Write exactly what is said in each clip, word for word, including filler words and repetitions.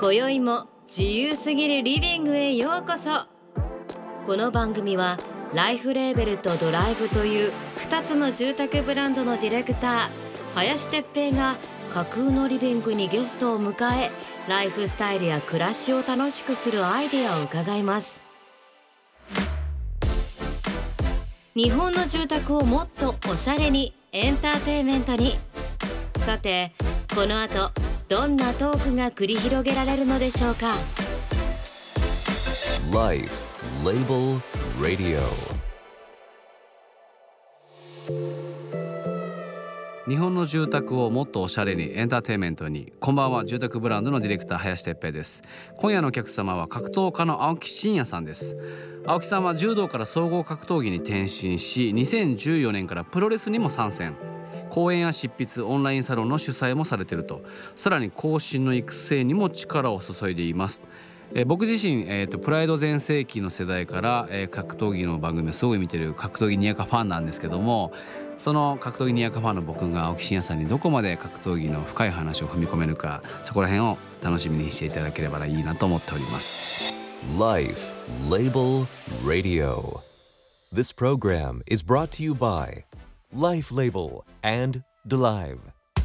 今宵も自由すぎるリビングへようこそ。この番組はライフレーベルとドライブというふたつの住宅ブランドのディレクター林哲平が架空のリビングにゲストを迎え、ライフスタイルや暮らしを楽しくするアイデアを伺います。日本の住宅をもっとおしゃれにエンターテインメントに。さてこの後どんなトークが繰り広げられるのでしょうか。 Life Label Radio。 日本の住宅をもっとおしゃれにエンターテインメントに。こんばんは、住宅ブランドのディレクター林哲平です。今夜のお客様は格闘家の青木真也さんです。青木さんは柔道から総合格闘技に転身し、にせんじゅうよねんからプロレスにも参戦。講演や執筆、オンラインサロンの主催もされていると。さらに後進の育成にも力を注いでいます。えー、僕自身、えーと、プライド全盛期の世代から、えー、格闘技の番組をすごい見てる格闘技にやかファンなんですけども、その格闘技にやかファンの僕が青木真也さんにどこまで格闘技の深い話を踏み込めるか、そこら辺を楽しみにしていただければいいなと思っております。 Life Label Radio。 This program is brought to you by Life Label and Delive。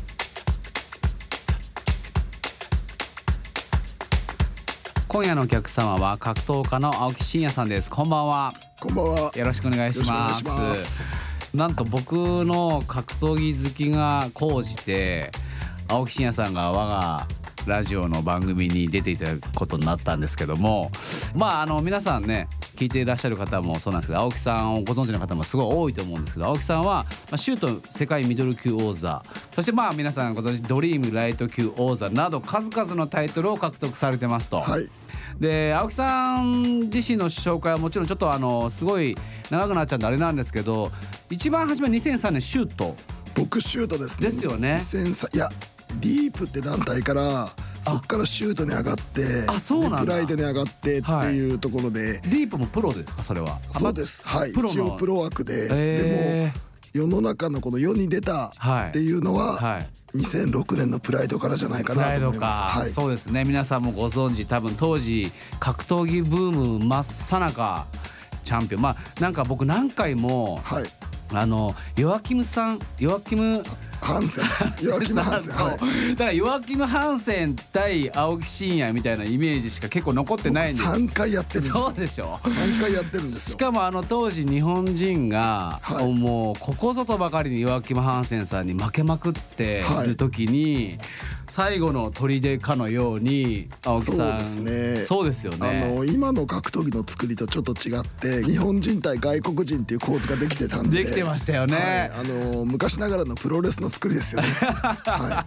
今夜のお客様は格闘家の青木真也さんです。こんばんは。 こんばんは。 よろしくお願いします。ますなんと僕の格闘技好きが高じて、青木真也さんが我がラジオの番組に出ていただくことになったんですけども、まああの皆さんね、聞いていらっしゃる方もそうなんですけど、青木さんをご存知の方もすごい多いと思うんですけど、青木さんは、まあ、シュート世界ミドル級王座、そしてまあ皆さんご存知ドリームライト級王座など数々のタイトルを獲得されてますと。 はい。 で青木さん自身の紹介はもちろんちょっとあのすごい長くなっちゃうんであれなんですけど、一番初めにせんさんねんシュート。 僕シュートですね。 ですよね。 にせんさんいやディープって団体からそっからシュートに上がって、 あそうなんだ、 でプライドに上がってっていうところで、はい、 ディープもプロですかそれは。 そうです、はい、 プロの一応プロ枠で、 えー、 でも世の中のこの世に出たっていうのは、はいはい、にせんろくねんのプライドからじゃないかなと思います。はい、 そうですね。皆さんもご存知、多分当時格闘技ブーム真っ最中チャンピオン、まあなんか僕何回も、はい、あのヨアキムさんヨアキムハンセンヨアキム・ハンセン、はい、 だからヨアキム・ハンセン対青木真也みたいなイメージしか結構残ってないんです。 さんかいやってるんです。 そうでしょ。 さんかいやってるんですよ。 しかもあの当時日本人が、はい、もうここぞとばかりにヨアキム・ハンセンさんに負けまくっている時に、はい、最後の砦かのように青木さん、 そうですね。 そうですよね。 あの今の格闘技の作りとちょっと違って日本人対外国人っていう構図ができてたんで、 できてましたよね。 はい、あの昔ながらのプロレスの作りですよね。はい、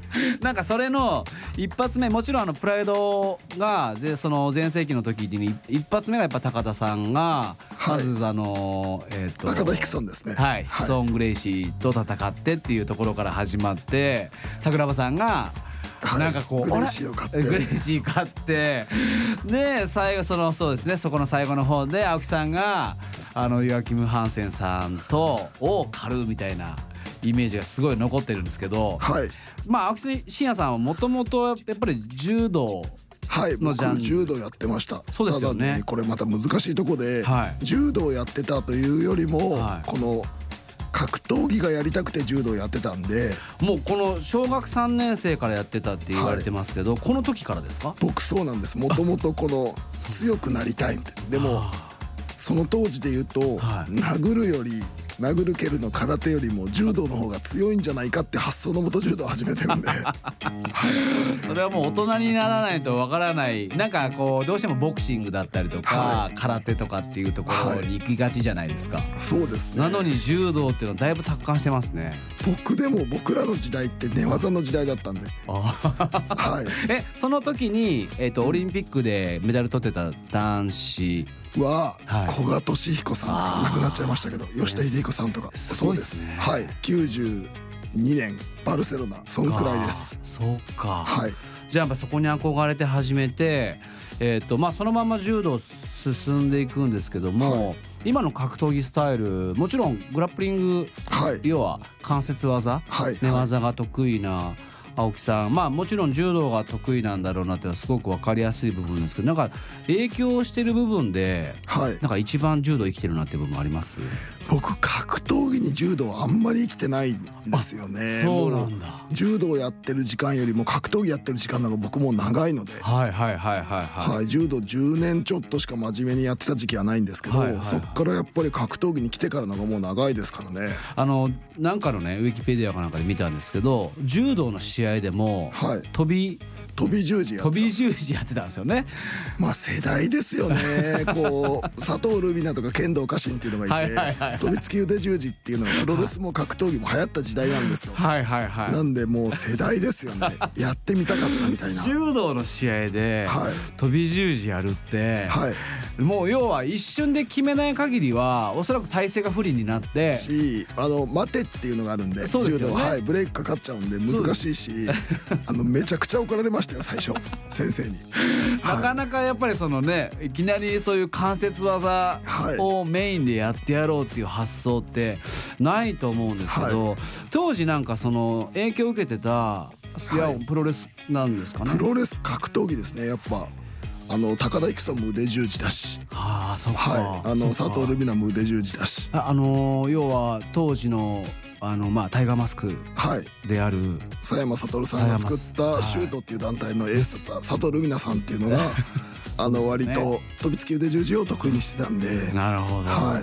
なんかそれの一発目、もちろんあのプライドがその全盛期の時に一発目がやっぱ高田さんが、はい、まずあの、えー、と高田ヒクソンですね。 はい、ヒクソン・グレイシーと戦ってっていうところから始まって、桜庭さんがなんかこう、 はい、グレイシーを買ってグレイシー買ってで最後そのそうですね、そこの最後の方で青木さんがあのヨアキム・ハンセンさんとを狩るみたいなイメージがすごい残ってるんですけど、 はい、 まあ青木真也さんはもともとやっぱり柔道はい僕柔道やってました。 そうですよね。 ただこれまた難しいとこで、はい、柔道やってたというよりも、はい、この格闘技がやりたくて柔道やってたんで、 もうこの小学さんねんせいからやってたって言われてますけど、はい、この時からですか？ 僕そうなんです。もともとこの強くなりたいって。でもその当時で言うと、はい、殴るより殴る蹴るの空手よりも柔道の方が強いんじゃないかって発想のもと柔道を始めてるんで、はい、 それはもう大人にならないとわからない。なんかこうどうしてもボクシングだったりとか、はい、空手とかっていうところに行きがちじゃないですか。はい、 そうですね。 なのに柔道っていうのはだいぶ達観してますね。 僕でも僕らの時代って寝技の時代だったんで。はい、 えその時に、えーと、オリンピックでメダル取ってた男子は古賀稔彦さんとか亡くなっちゃいましたけど、吉田秀彦さんとか。そうです。はい、きゅうじゅうにねんバルセロナ、そんくらいです。 そうか。 はい。 じゃあやっぱそこに憧れて始めて、えーとまあ、そのまま柔道進んでいくんですけども、はい、今の格闘技スタイル、もちろんグラップリング、はい、要は関節技、はい、寝技が得意な青木さん、まあもちろん柔道が得意なんだろうなってのはすごく分かりやすい部分ですけど、なんか影響してる部分で、はい、なんか一番柔道生きてるなっていう部分あります？ 僕格闘技に柔道あんまり生きてないんですよね。 そうなんだ。 柔道やってる時間よりも格闘技やってる時間の方が僕も長いので、 はいはいはいはいはい、 はい、柔道じゅうねんちょっとしか真面目にやってた時期はないんですけど、はいはいはい、そっからやっぱり格闘技に来てからの方がもう長いですからね。 あのなんかのねウィキペディアかなんかで見たんですけど、柔道の試合でも、はい、飛び飛び十字やってた飛び十字やってたんですよね。 まあ世代ですよね。こう佐藤ルミナとか剣道家臣っていうのがいて、はいはいはいはい、飛びつき腕十字っていうのがプロレスも格闘技も流行った時代なんですよ。はいはいはい。なんでもう世代ですよね。やってみたかったみたいな。 柔道の試合で、はい、飛び十字やるって、はい、もう要は一瞬で決めない限りはおそらく体勢が不利になってし、あの待てっていうのがあるんで、 そうですよね、 柔道、はい、ブレーキかかっちゃうんで難しいし、あのめちゃくちゃ怒られましたよ最初先生に。 なかなかやっぱりそのね、いきなりそういう関節技をメインでやってやろうっていう発想ってないと思うんですけど、はい、当時なんかその影響を受けてた、いや、はい、プロレスなんですかね。 プロレス格闘技ですね。やっぱあの高田育も腕十字だし、 はあ、そうか、 はい、あの佐藤ルミナも腕十字だし、 あ、あの要は当時のあのまあタイガーマスクである、はい、 佐山悟さんが作ったシュートっていう団体のエースだった佐藤ルミナさんっていうのがあの割と飛びつき腕十字を得意にしてたんで。 なるほど、はい、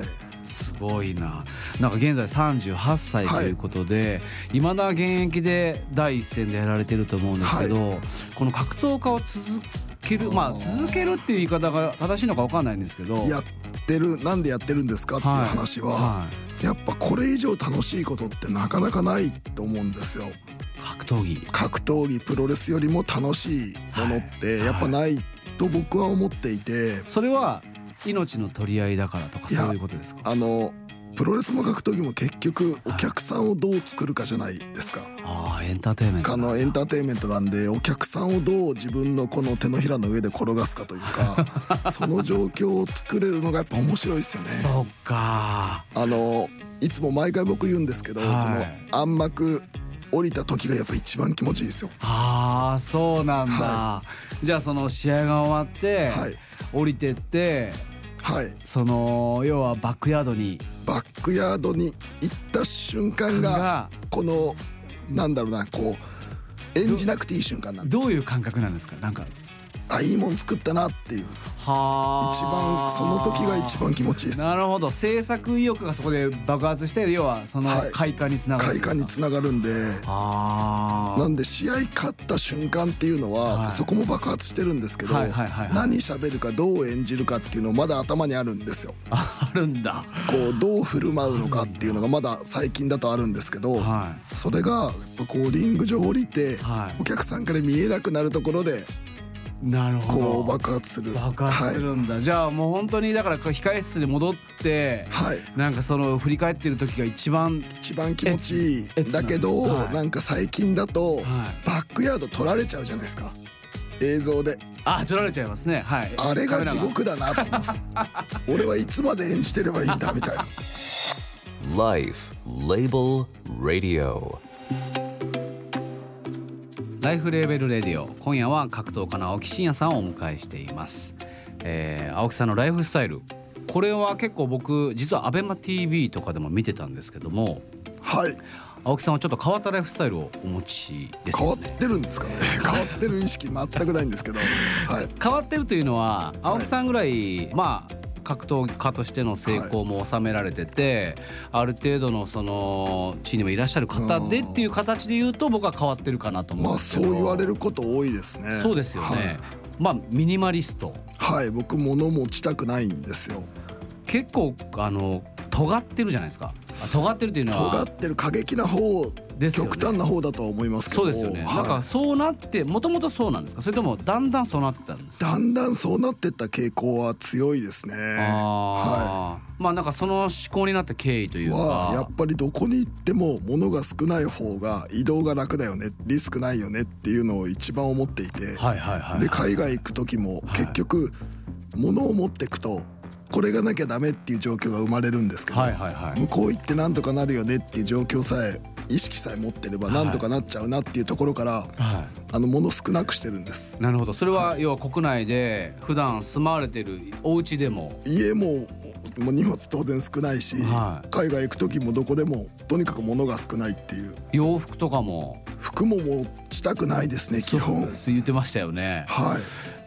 すごいな。なんか現在さんじゅうはっさいということで、はい、未だ現役で第一線でやられてると思うんですけど、はい、この格闘家を続ける、まあ続けるっていう言い方が正しいのか分かんないんですけど、 やってる、なんでやってるんですかっていう話は、はいはい、やっぱこれ以上楽しいことってなかなかないと思うんですよ。 格闘技格闘技プロレスよりも楽しいものってやっぱないと僕は思っていて、はい、 それは命の取り合いだからとかそういうことですか？ あのプロレスも格闘技も結局お客さんをどう作るかじゃないですか。 ああ、エンターテインメント。 あのエンターテインメントなんで、お客さんをどう自分のこの手のひらの上で転がすかというかその状況を作れるのがやっぱ面白いですよね。 そっか。 あのいつも毎回僕言うんですけど、はい、この暗幕降りた時がやっぱ一番気持ちいいですよ。 ああ、そうなんだ、はい、じゃあその試合が終わって、はい、降りてって、はい、その要はバックヤードにバックヤードに行った瞬間がこのなんだろうな、こう演じなくていい瞬間なんだ。どういう感覚なんですか？なんかあ、いいもん作ったなっていう、は一番その時が一番気持ちいいです。 なるほど。制作意欲がそこで爆発して、要はその快感につながる、 はい、快感につながるんで、あなんで試合勝った瞬間っていうのは、はい、そこも爆発してるんですけど、はいはいはいはい、何喋るかどう演じるかっていうのまだ頭にあるんですよ。 あるんだ。 こうどう振る舞うのかっていうのがまだ最近だとあるんですけど、はい、それがやっぱこうリング上降りて、はい、お客さんから見えなくなるところでなるほど、 こう爆発する爆発するんだ、はい、じゃあもう本当にだから控え室に戻って、はい、なんかその振り返ってる時が一番一番気持ちいいだけど、はい、なんか最近だと、はい、バックヤード取られちゃうじゃないですか、映像で。 あ、取られちゃいますね、はい、 あれが地獄だなと思います俺はいつまで演じてればいいんだみたいな Life Label Radio ライフレーベルレディオ、今夜は格闘家の青木真也さんをお迎えしています、えー、青木さんのライフスタイル、これは結構僕実はアベマ ティーブイ とかでも見てたんですけども、 はい、 青木さんはちょっと変わったライフスタイルをお持ちですよね。 変わってるんですかね変わってる意識全くないんですけど、はい、 変わってるというのは青木さんぐらい、はい、まあ格闘家としての成功も収められてて、はい、ある程度のその地位にもいらっしゃる方でっていう形で言うと僕は変わってるかなと思うんですけど、 まあそう言われること多いですね。 そうですよね、はい、まあミニマリスト、 はい、僕物持ちたくないんですよ。 結構あの尖ってるじゃないですか。尖ってるっていうのは尖ってる過激な方ですよね、極端な方だとは思いますけど。 そうですよね、はい、なんかそうなってもともとそうなんですか、それともだんだんそうなってたんですか。 だんだんそうなってった傾向は強いですね。 あ、はい、まあなんかその思考になった経緯というかはやっぱりどこに行っても物が少ない方が移動が楽だよね、リスクないよねっていうのを一番思っていて、はいはいはいはい、で海外行く時も結局物を持っていくとこれがなきゃダメっていう状況が生まれるんですけど、はいはいはい、向こう行ってなんとかなるよねっていう状況さえ意識さえ持ってればなんとかなっちゃうなっていうところから、はい、あの物少なくしてるんです。 なるほど。それは要は国内で普段住まわれてるお家でも、 家ももう荷物当然少ないし、はい、海外行く時もどこでもとにかく物が少ないっていう。 洋服とかも服も持ちたくないですね基本。 言ってましたよね。 はい。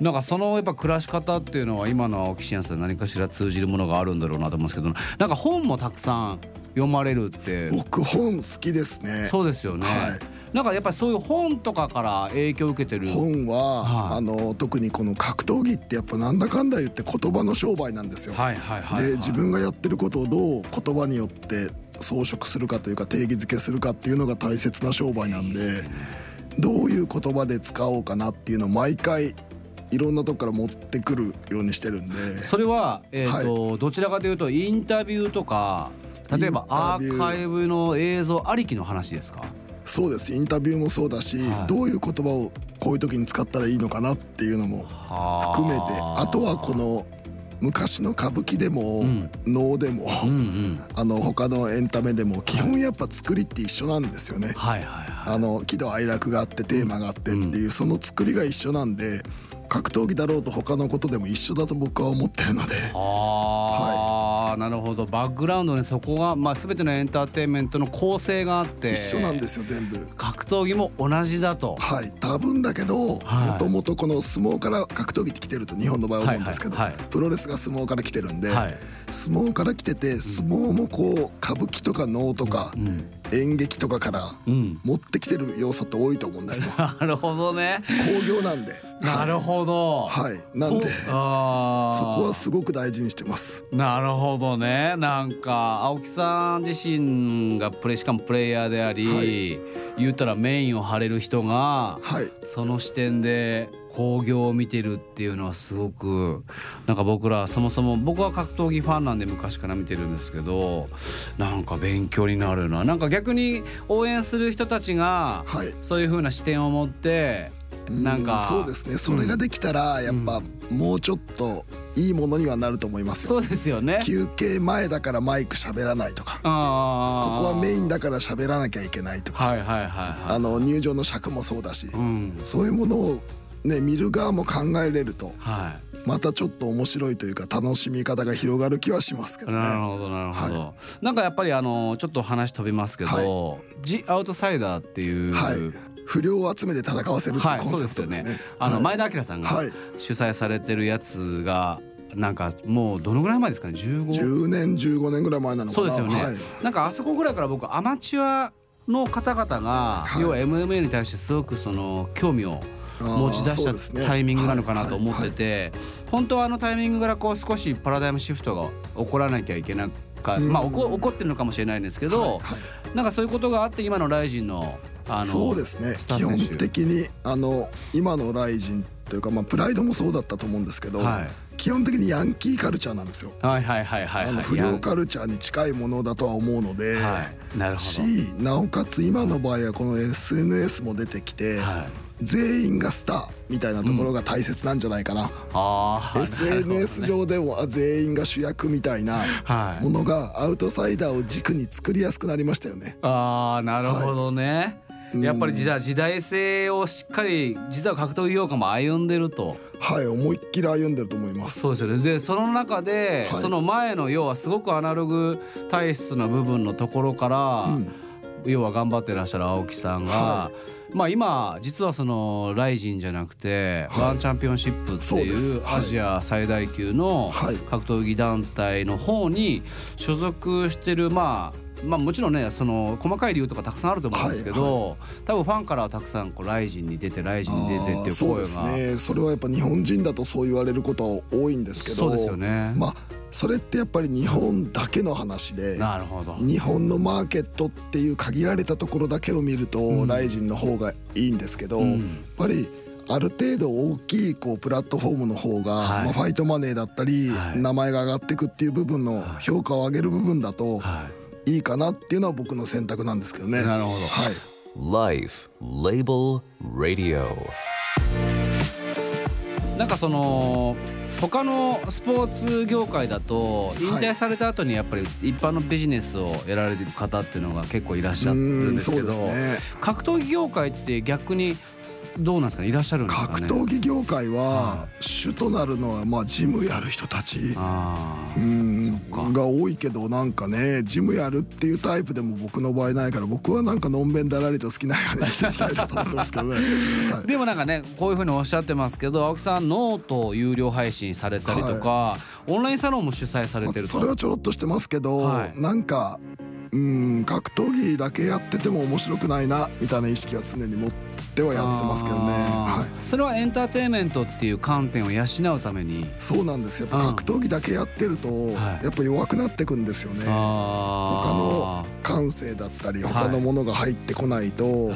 なんかそのやっぱ暮らし方っていうのは今の青木真也さん何かしら通じるものがあるんだろうなと思うんですけど、なんか本もたくさん読まれるって。 僕本好きですね。 そうですよね。はい。なんかやっぱりそういう本とかから影響を受けてる。 本は、はい、あの特にこの格闘技ってやっぱなんだかんだ言って言葉の商売なんですよ。はいはいはいはい、で自分がやってることをどう言葉によって装飾するかというか定義づけするかっていうのが大切な商売なんで、いいですね、どういう言葉で使おうかなっていうのを毎回いろんなとこから持ってくるようにしてるんで。 それは、えーとはい、どちらかというとインタビューとか例えばアーカイブの映像ありきの話ですか？ そうです。インタビューもそうだし、はい、どういう言葉をこういう時に使ったらいいのかなっていうのも含めて、あとはこの昔の歌舞伎でも能でも、うんうん、あの他のエンタメでも基本やっぱ作りって一緒なんですよね。はいはいはい、あの喜怒哀楽があってテーマがあってっていう、うんうん、その作りが一緒なんで、格闘技だろうと他のことでも一緒だと僕は思ってるので。 あ、はい、なるほど。バックグラウンドにそこが、まあ、全てのエンターテインメントの構成があって一緒なんですよ全部。 格闘技も同じだと。 はい、多分だけどもともとこの相撲から格闘技って来てると日本の場合思うんですけど、はいはいはい、プロレスが相撲から来てるんで、はい、相撲から来てて相撲もこう歌舞伎とか能とか、うん、演劇とかから持ってきてる要素って多いと思うんですよ。 なるほどね。 興行なんで。 なるほど。 はい、なんであそこはすごく大事にしてます。 なるほどね。なんか青木さん自身がプレイしかもプレイヤーであり、はい、言ったらメインを張れる人が、はい、その視点で興行を見てるっていうのはすごくなんか僕らそもそも僕は格闘技ファンなんで昔から見てるんですけど、なんか勉強になるな。なんか逆に応援する人たちがそういう風な視点を持ってなんかそうですね、それができたらやっぱもうちょっといいものにはなると思いますよ。 そうですよね。 休憩前だからマイク喋らないとか、 あここはメインだから喋らなきゃいけないとか、はいはいはいはい、あの入場の尺もそうだし、うん、そういうものをね見る側も考えれると、はい、またちょっと面白いというか楽しみ方が広がる気はしますけどね。 なるほどなるほど、はい、なんかやっぱりあのちょっと話飛びますけど、はい、ジ・アウトサイダーっていう、はい、 不良を集めて戦わせるってコンセプトですね。はい、そうですよね。あの前田明さんが主催されてるやつがなんかもうどのぐらい前ですかね。じゅうごじゅうねんじゅうごねんぐらい前なのかな。 そうですよね、はい、なんかあそこぐらいから僕アマチュアの方々が、はい、要は エムエムエー に対してすごくその興味を持ち出したタイミングなのかなと思ってて、本当はあのタイミングからこう少しパラダイムシフトが起こらなきゃいけないか、まあ起こ、起こってるのかもしれないんですけど、はいはい、なんかそういうことがあって今のライジンのあのそうですね、基本的にあの今のライジンというか、まあ、プライドもそうだったと思うんですけど、はい、基本的にヤンキーカルチャーなんですよ。はいはいはいはい、あの不良カルチャーに近いものだとは思うので、はい、なるほど。しなおかつ今の場合はこの エスエヌエス も出てきて、はい、全員がスターみたいなところが大切なんじゃないかな、うん、あ エスエヌエス 上でも全員が主役みたいなものがアウトサイダーを軸に作りやすくなりましたよね。 あーなるほどね、はい、やっぱり時代、時代性をしっかり実は格闘技業界も歩んでると。 はい、思いっきり歩んでると思います。 そうですよね。でその中で、はい、その前の要はすごくアナログ体質な部分のところから、うん、要は頑張ってらっしゃる青木さんが、はい、まあ今実はそのライジンじゃなくて、はい、ワンチャンピオンシップっていうアジア最大級の格闘技団体の方に所属してる、まあまあもちろんねその細かい理由とかたくさんあると思うんですけど、はいはい、多分ファンからはたくさんこうライジンに出てライジンに出てっていう声が。 そうですね。それはやっぱ日本人だとそう言われることは多いんですけど、 そうですよね。 まあそれってやっぱり日本だけの話で、 なるほど、 日本のマーケットっていう限られたところだけを見ると、うん、ライジンの方がいいんですけど、うん、やっぱりある程度大きいこうプラットフォームの方が、はい、まあ、ファイトマネーだったり、はい、名前が上がっていくっていう部分の評価を上げる部分だと、はい、いいかなっていうのは僕の選択なんですけどね。 なるほど、 はい、Life Label Radio。 なんかその他のスポーツ業界だと引退された後にやっぱり一般のビジネスをやられる方っていうのが結構いらっしゃるんですけど、 そうですね、 格闘技業界って逆にどうなんですかね、いらっしゃるんですかね。 格闘技業界は主となるのはまあジムやる人たちうんが多いけど、なんかねジムやるっていうタイプでも僕の場合ないから、僕はなんかのんべんだらりと好きなようにしていきたいなと思ってますけどね、はい、 でもなんかねこういうふうにおっしゃってますけど、青木さんノート有料配信されたりとか、はい、オンラインサロンも主催されてると、 まあ、それはちょろっとしてますけど、はい、なんかうん格闘技だけやってても面白くないなみたいな意識は常に持ってはやってますけどね、はい、 それはエンターテインメントっていう観点を養うために。 そうなんですよ、やっぱ格闘技だけやってると、うん、やっぱ弱くなってくんですよね。他の感性だったり他のものが入ってこないと、はいはい、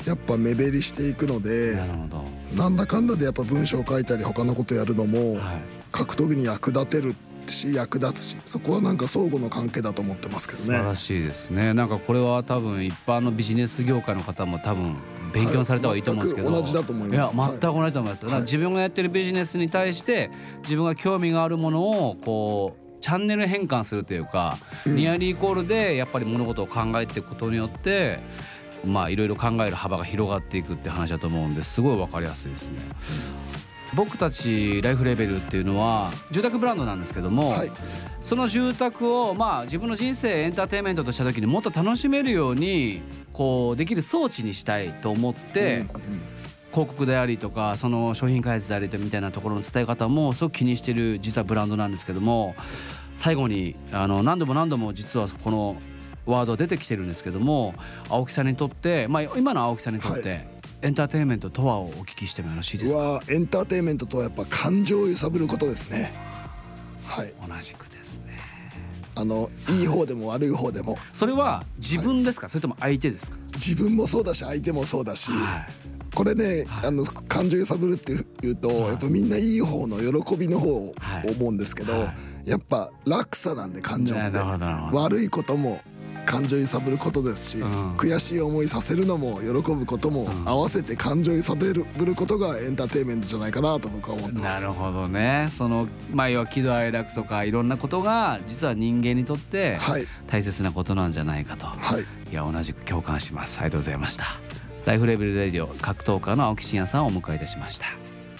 やっぱ目減りしていくので、なるほど、なんだかんだでやっぱ文章を書いたり他のことやるのも、はい、格闘技に役立てるし役立つし、そこはなんか相互の関係だと思ってますけどね。 素晴らしいですね。なんかこれは多分一般のビジネス業界の方も多分勉強された方がいいと思うんですけど、 はい、全く同じだと思います。 いや全く同じだと思います、はい、だから自分がやってるビジネスに対して自分が興味があるものをこうチャンネル変換するというか、うん、ニアリーイコールでやっぱり物事を考えていくことによってまあいろいろ考える幅が広がっていくって話だと思うんですごい分かりやすいですね、うん、僕たちライフレベルっていうのは住宅ブランドなんですけども、はい、その住宅をまあ自分の人生エンターテインメントとした時にもっと楽しめるようにこうできる装置にしたいと思って、うんうん、広告でありとかその商品開発でありみたいなところの伝え方もすごく気にしてる実はブランドなんですけども、最後にあの何度も何度も実はこのワード出てきてるんですけども、青木さんにとって、まあ、今の青木さんにとって、はい、エンターテインメントとはをお聞きしてもよろしいですか。 はエンターテインメントとはやっぱ感情を揺さぶることですね。はい、 同じくですね。 あのいい方でも悪い方でも。 それは自分ですか、はい、それとも相手ですか。 自分もそうだし相手もそうだし、はい、これね、はい、あの感情揺さぶるっていうと、はい、やっぱみんないい方の喜びの方を思うんですけど、はいはい、やっぱ落差なんで感情って、悪いことも感情揺さぶることですし、うん、悔しい思いさせるのも喜ぶことも、うん、合わせて感情揺さぶることがエンターテインメントじゃないかなと僕は思ってます。 なるほどね。そのまあ要は喜怒哀楽とかいろんなことが実は人間にとって大切なことなんじゃないかと、はい、いや同じく共感します。ありがとうございました。ライフレベルレディオ格闘家の青木真也さんをお迎えいたしました。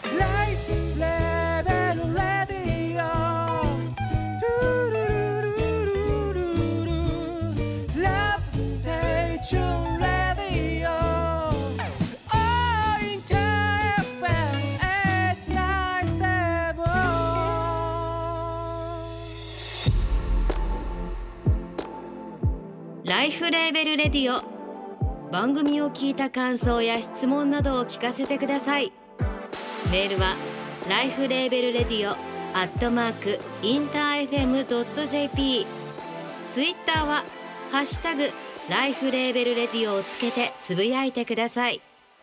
ライフレーベルレディオ、番組を聞いた感想や質問などを聞かせてください。メールはライフレーベルレディオアットマークインターエフエムドットジェーピー、 ツイッターはハッシュタグライフレーベルレディオをつけてつぶやいてください。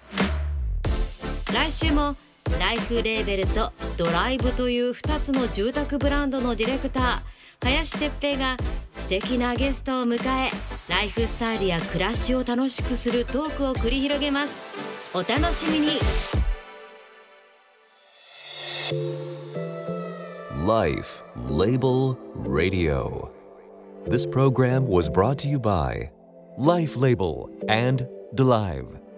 来週もライフレーベルとドライブというふたつの住宅ブランドのディレクター林哲平が素敵なゲストを迎え、ライフスタイルや暮らしを楽しくするトークを繰り広げます。お楽しみに。 Life Label Radio. This program was brought to you by Life Label and Delive.